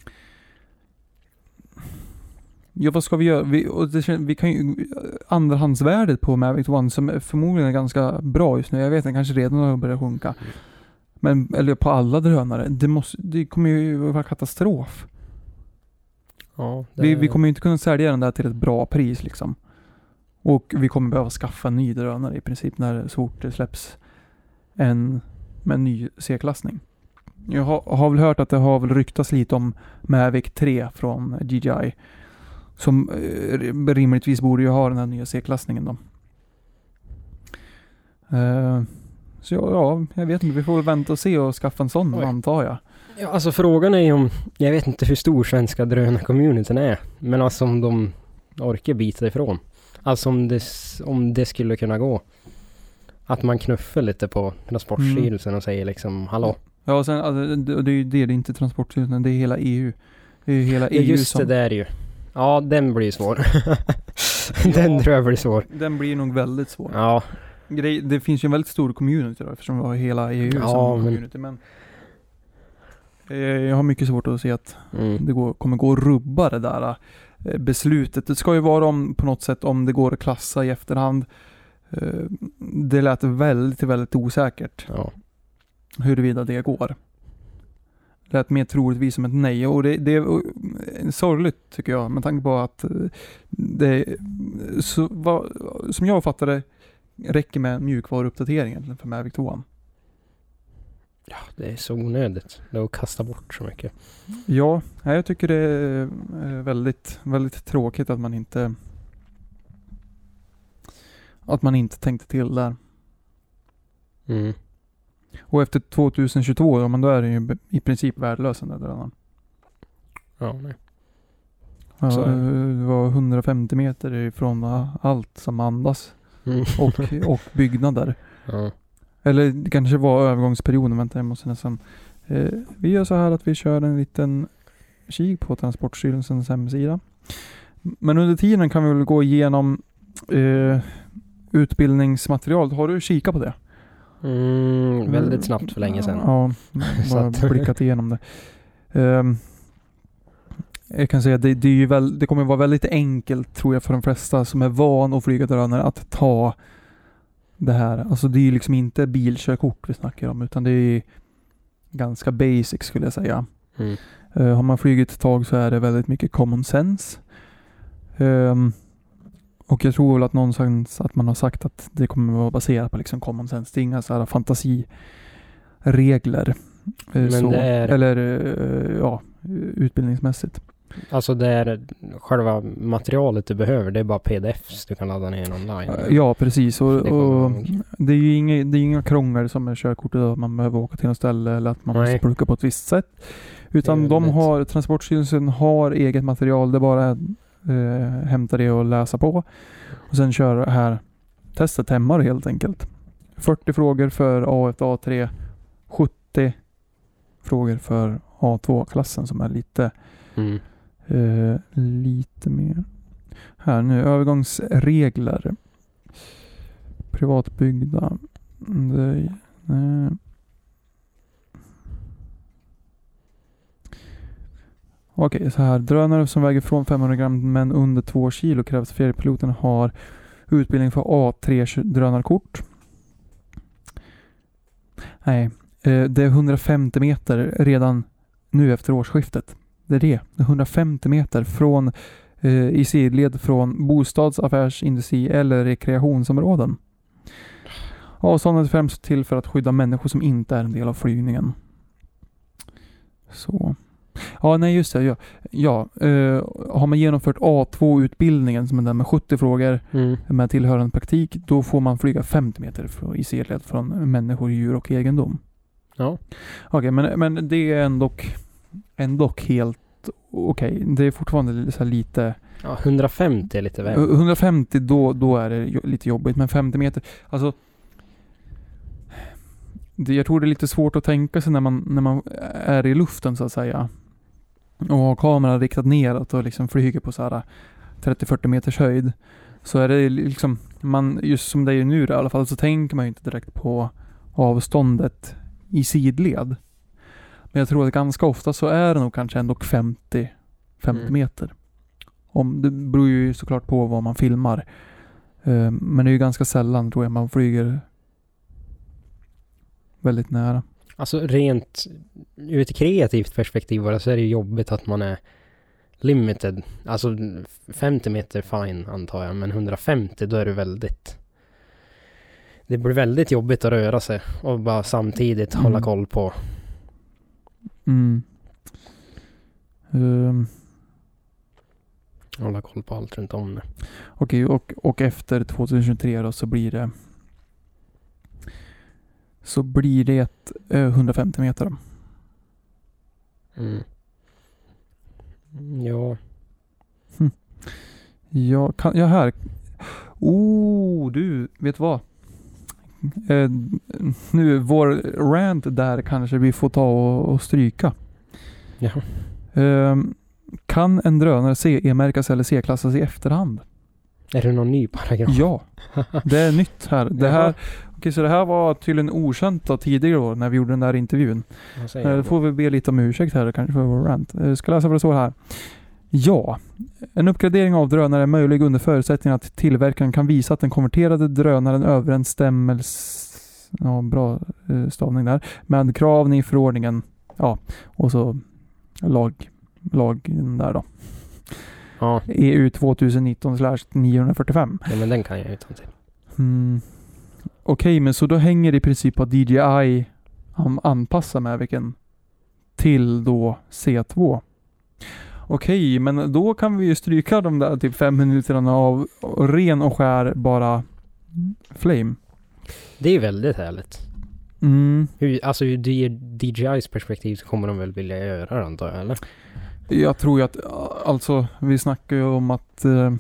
Ja, vad ska vi göra? Vi, och det, kän- vi kan ju, andrahandsvärdet på Mavic två som är förmodligen är ganska bra just nu. Jag vet, den kanske redan har börjat sjunka. Men, eller på alla drönare. Det, måste, det kommer ju vara katastrof.
Ja, det...
Vi, vi kommer ju inte kunna sälja den där till ett bra pris liksom. Och vi kommer behöva skaffa en ny drönare i princip när så fort det släpps en, med en ny C-klassning. Jag har, har väl hört att det har väl ryktats lite om Mavic tre från D J I. Som eh, rimligtvis borde ju ha den här nya C-klassningen då. Eh, så ja, ja, jag vet inte. Vi får väl vänta och se och skaffa en sån,
Oj.
antar jag.
Ja, alltså frågan är ju om, jag vet inte hur stor svenska drönarcommunityn är, men alltså om de orkar bita ifrån. Alltså om det, s- om det skulle kunna gå. Att man knuffar lite på Transportstyrelsen och säger liksom, hallå.
Ja, och sen, alltså, det, det är ju det, det är inte Transportstyrelsen, det är hela E U. Det är ju hela
Ja,
E U
just
som...
det där ju. Ja, den blir svår. Den
Ja.
tror jag blir svår.
Den blir nog väldigt svår.
Ja,
Grej, det finns ju en väldigt stor community då, eftersom vi har hela E U
Ja,
som
men-
community. Men eh, jag har mycket svårt att se att
mm.
det går, kommer gå att rubba det där eh, beslutet. Det ska ju vara om på något sätt om det går att klassa i efterhand. Eh, det lät väldigt, väldigt osäkert
Ja.
huruvida det går. Det lät mer troligtvis som ett nej, och det, det är eh, sorgligt tycker jag, med tanke på att eh, det så, vad, som jag fattar det räcker med mjukvaruuppdateringen för Mavic två.
Ja, det är så onödigt. Det är att kasta bort så mycket.
Ja, nej, jag tycker det är eh, väldigt, väldigt tråkigt att man inte att man inte tänkte till där.
Mm.
Och efter tjugohundratjugotvå, ja, men då är det ju i princip värdelös den där drönaren.
Ja, nej.
Ja,
Så är det.
det var hundrafemtio meter ifrån allt som andas
Mm.
och, och byggnader.
Ja.
Eller det kanske var övergångsperioden, vänta jag måste nästan... Eh, vi gör så här att vi kör en liten kik på Transportstyrelsens hemsida. Men under tiden kan vi väl gå igenom eh, utbildningsmaterial. Har du kikat på det?
Mm, väldigt snabbt för länge sedan.
Ja,
Så
bara
att-
blickat igenom det. Ehm, jag kan säga att det, det, är ju väl, det kommer vara väldigt enkelt tror jag för de flesta som är van att flyga drönare att ta det här. Alltså det är ju liksom inte bilkörkort vi snackar om, utan det är ganska basic skulle jag säga.
Mm.
Uh, har man flugit ett tag så är det väldigt mycket common sense. Um, och jag tror väl att någonstans att man har sagt att det kommer att vara baserat på liksom common sense. Det är inga så här fantasiregler. Uh,
Men
så,
det är...
Eller uh, ja, utbildningsmässigt.
Alltså det är själva materialet du behöver, det är bara P D Fs du kan ladda ner online.
Uh, ja, precis. Och,
det,
och det är ju inga, det är inga krångel som är körkortet att man behöver åka till något ställe eller att man
Nej.
måste plugga på ett visst sätt. Utan de har, Transportstyrelsen har eget material, det är bara eh, hämta det och läsa på. Och sen köra här testet hemma helt enkelt. fyrtio frågor för A ett A tre, sjuttio frågor för A två-klassen som är lite
Mm.
eh, lite mer. Här nu, övergångsregler. Privatbyggda. Det, eh. Okej, så här. Drönare som väger från femhundra gram men under två kilo krävs feriepiloten har utbildning för A tre drönarkort. Nej, eh, det är hundrafemtio meter redan nu efter årsskiftet. Det är det. Det är hundrafemtio meter från eh, i sidled från bostads-, affärs-, industri- eller rekreationsområden. Avståndet är främst till för att skydda människor som inte är en del av flygningen. Så. Ja, nej just det. Ja, ja eh, har man genomfört A två-utbildningen som är den med sjuttio frågor
Mm.
med tillhörande praktik, då får man flyga femtio meter från, i sidled från människor, djur och egendom.
Ja.
Okej, men, men det är ändå, ändå helt okej. Okay. Det är fortfarande så här lite...
Ja, hundrafemtio är lite väl.
hundrafemtio då, då är det lite jobbigt, men femtio meter, alltså det, jag tror det är lite svårt att tänka sig när man, när man är i luften så att säga och har kameran riktad neråt och liksom flyger på så här trettio till fyrtio meters höjd, så är det liksom, man, just som det är nu i alla fall, så tänker man ju inte direkt på avståndet i sidled. Men jag tror att ganska ofta så är det nog kanske ändå femtio
Mm.
meter. Om, det beror ju såklart på vad man filmar. Uh, men det är ju ganska sällan tror jag man flyger väldigt nära.
Alltså rent ur ett kreativt perspektiv bara, så är det ju jobbigt att man är limited. Alltså femtio meter fine antar jag, men hundrafemtio då är det väldigt... Det blir väldigt jobbigt att röra sig och bara samtidigt
Mm.
hålla koll på.
Mm. Um.
Hålla koll på allt runt om det.
Okej, och, och efter tjugohundratjugotre då så blir det så blir det ett, eh, hundrafemtio meter.
Mm. Ja.
Hm. Ja, kan, ja här. Oh, du, vet vad? Eh, nu, vår rant där kanske vi får ta och, och stryka.
Ja.
Eh, kan en drönare C E-märkas eller C-klassas i efterhand?
Är det någon ny paragraf?
Ja, det är nytt här. Det här, okej, så det här var tydligen okänt då, tidigare år när vi gjorde den där intervjun. Eh, Då får vi be lite om ursäkt här kanske för vår rant. Jag ska läsa vad det står här. Ja, en uppgradering av drönare är möjlig under förutsättning att tillverkaren kan visa att den konverterade drönaren överensstämmelse, ja, bra eh, stavning där, med kraven i förordningen. Ja, och så lag, lagen där då.
Ja.
E U tjugonitton niohundrafyrtiofem.
Ja, men den kan jag utan till.
Mm. Okej, okay, men så då hänger det i princip på att D J I an- anpassar med vilken till då C två. Okej, okay, men då kan vi ju stryka de där typ fem minuterna av ren och skär bara flame.
Det är väldigt härligt.
Mm.
Hur, alltså ur D J Is perspektiv så kommer de väl vilja göra det antar jag, eller?
Jag tror ju att, alltså vi snackar ju om att eh,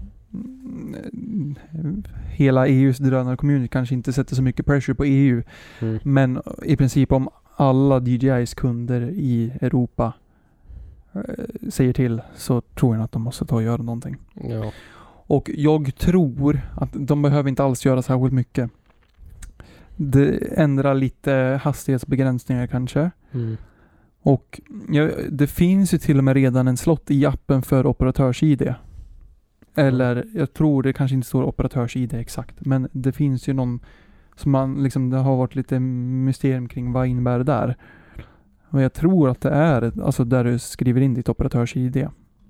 hela E U:s drönarkommunity kanske inte sätter så mycket pressure på E U.
Mm.
Men i princip om alla D J Is kunder i Europa eh, säger till, så tror jag att de måste ta och göra någonting.
Ja.
Och jag tror att de behöver inte alls göra särskilt mycket. Det ändrar lite hastighetsbegränsningar kanske.
Mm.
Och ja, det finns ju till och med redan en slott i appen för operatörs-I D. Eller jag tror det kanske inte står operatörs-I D exakt, men det finns ju någon som man liksom, det har varit lite mysterium kring vad innebär det där. Och jag tror att det är alltså där du skriver in ditt operatörs-I D.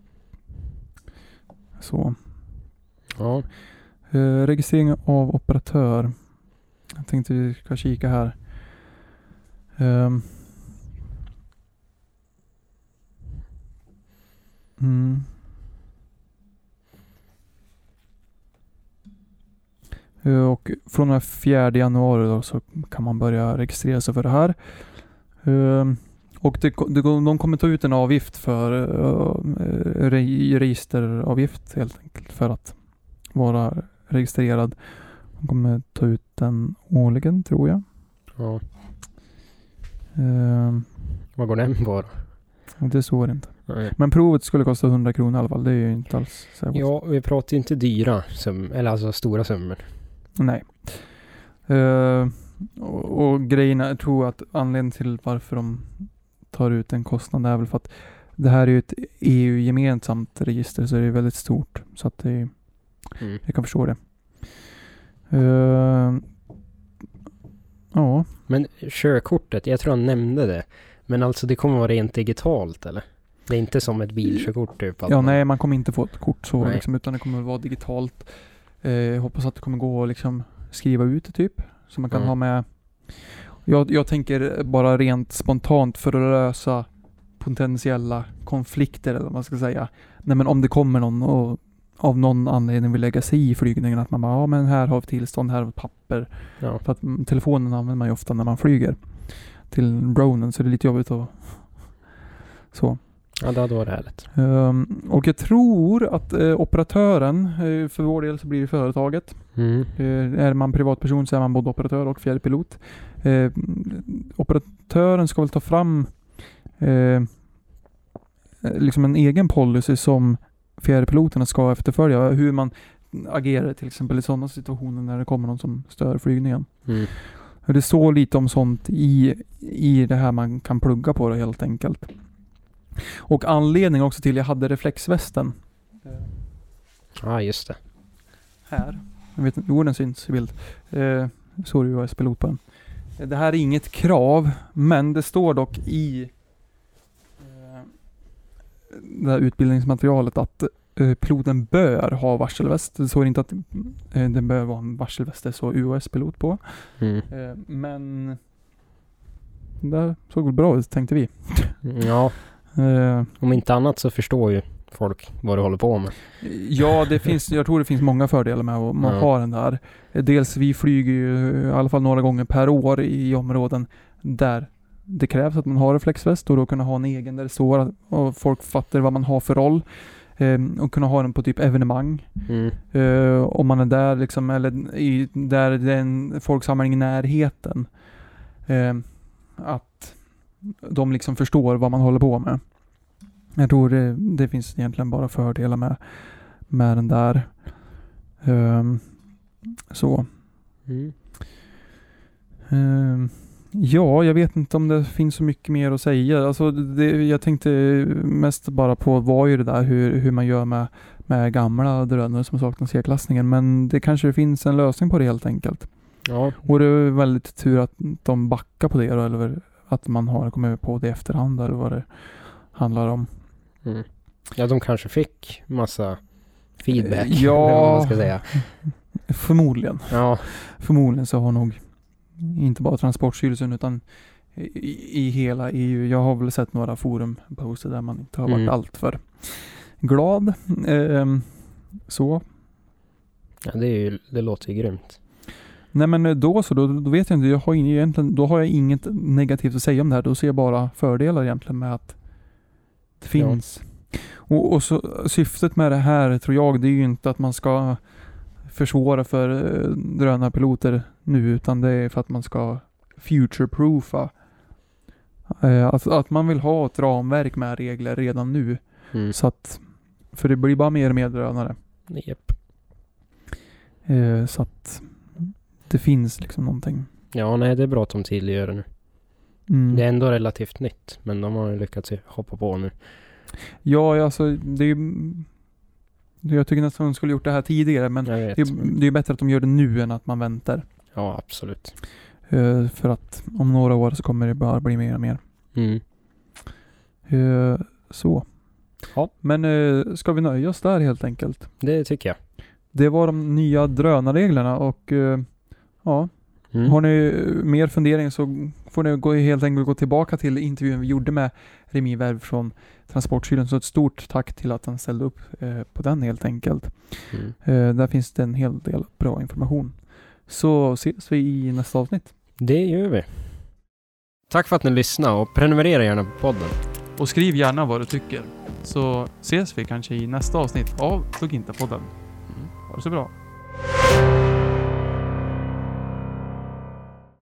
Så.
Ja.
Uh, registrering av operatör. Jag tänkte vi ska kika här. Um. Mm. Uh, och från den fjärde januari då så kan man börja registrera sig för det här. Uh, och det, det, de kommer ta ut en avgift för uh, re, registeravgift helt enkelt för att vara registrerad. De kommer ta ut den årligen tror jag.
Ja.
Uh,
Vad går den på då?
Det står inte.
Nej.
Men provet skulle kosta hundra kronor i alla fall. Det är ju inte alls särskilt.
Ja, vi pratar ju inte dyra sum, eller alltså stora summor.
Nej. Uh, och, och grejerna, jag tror att anledningen till varför de tar ut en kostnad är väl för att det här är ju ett E U-gemensamt register så det är väldigt stort. Så att det är,
Mm.
jag kan förstå det. Uh, ja.
Men körkortet, jag tror han nämnde det. Men alltså det kommer vara rent digitalt eller? Det är inte som ett bilkörkort typ? Att
Ja,
man...
nej, man kommer inte få ett kort så
Nej.
liksom, utan det kommer vara digitalt. Eh, jag hoppas att det kommer gå att liksom skriva ut det typ. Så man kan
Mm.
ha med... Jag, jag tänker bara rent spontant för att lösa potentiella konflikter eller vad man ska säga. Nej, men om det kommer någon och av någon anledning vill lägga sig i flygningen att man bara, ja men här har vi tillstånd, här har vi papper.
Ja.
För att mm, telefonen använder man ju ofta när man flyger till dronen så det är lite jobbigt att så.
Ja, då hade det varit härligt.
Um, och jag tror att uh, operatören, uh, för vår del så blir det företaget.
Mm.
Uh, är man privatperson så är man både operatör och fjärrpilot. Uh, operatören ska väl ta fram uh, liksom en egen policy som fjärrpiloterna ska efterfölja. Hur man agerar till exempel i sådana situationer när det kommer någon som stör flygningen.
Mm.
Det står lite om sånt i, i det här man kan plugga på det helt enkelt. Och anledning också till jag hade reflexvästen.
Ja, just det.
Här. Jag vet inte, jo den syns i bild. Eh, så du är pilot på den. Det här är inget krav, men det står dock i eh, det här utbildningsmaterialet att eh, piloten bör ha varselväst. Det står inte att eh, det bör vara en varselväst, det står U A S-pilot på.
Mm.
Eh, men det såg väl bra ut, tänkte vi.
Ja,
Eh,
om inte annat så förstår ju folk vad du håller på med.
Ja, det finns, jag tror det finns många fördelar med att man
Ja.
har den där. Dels vi flyger ju i alla fall några gånger per år i områden där det krävs att man har reflexväst och då kunna ha en egen där det står att och folk fattar vad man har för roll. Eh, och kunna ha den på typ evenemang.
Mm.
Eh, om man är där liksom, eller i, där det är en folksamling i närheten. Eh, att de liksom förstår vad man håller på med. Jag tror det, det finns egentligen bara fördelar med, med den där. Um, så.
Mm.
Um, ja, jag vet inte om det finns så mycket mer att säga. Alltså det, jag tänkte mest bara på var ju det där hur, hur man gör med, med gamla drönare som saknar C-klassningen. Men det kanske finns en lösning på det helt enkelt.
Ja.
Och det är väldigt tur att de backar på det då, eller att man har kommit på det i efterhand eller vad det handlar om.
Mm. Ja, de kanske fick massa feedback.
Ja.
eller vad man ska säga.
Förmodligen.
Ja.
Förmodligen så har nog inte bara Transportstyrelsen utan i, i hela E U. Jag har väl sett några forumposter där man inte har varit
Mm.
allt för glad. Ehm, så.
Ja, det, är ju, det låter ju grymt.
Nej men då så, då, då vet jag inte. Jag har egentligen, då har jag inget negativt att säga om det här. Då ser jag bara fördelar egentligen med att det finns. Ja. Och, och så syftet med det här tror jag, det är ju inte att man ska försvåra för eh, drönarpiloter nu, utan det är för att man ska future-proofa. Eh, att, att man vill ha ett ramverk med regler redan nu.
Mm.
Så att, för det blir bara mer och mer drönare.
Japp.
Eh, så att det finns liksom någonting.
Ja, nej, det är bra att de tydliggör det nu.
Mm.
Det är ändå relativt nytt, men de har ju lyckats hoppa på nu.
Ja, alltså det är ju, jag tycker nästan de skulle gjort det här tidigare, men
Jag vet.
det är, det är bättre att de gör det nu än att man väntar.
Ja, absolut.
Uh, för att om några år så kommer det bara bli mer och mer.
Mm.
Eh, så.
Ja.
Men eh, ska vi nöja oss där helt enkelt?
Det tycker jag.
Det var de nya drönarreglerna och eh, ja,
Mm.
har ni mer fundering så får ni gå, helt enkelt gå tillbaka till intervjun vi gjorde med Remi Värv från Transportstyrelsen. Så ett stort tack till att han ställde upp eh, på den helt enkelt.
Mm.
Eh, där finns det en hel del bra information. Så ses vi i nästa avsnitt.
Det gör vi. Tack för att ni lyssnade och prenumerera gärna på podden.
Och skriv gärna vad du tycker. Så ses vi kanske i nästa avsnitt av Plugginta-podden. Ha det så bra.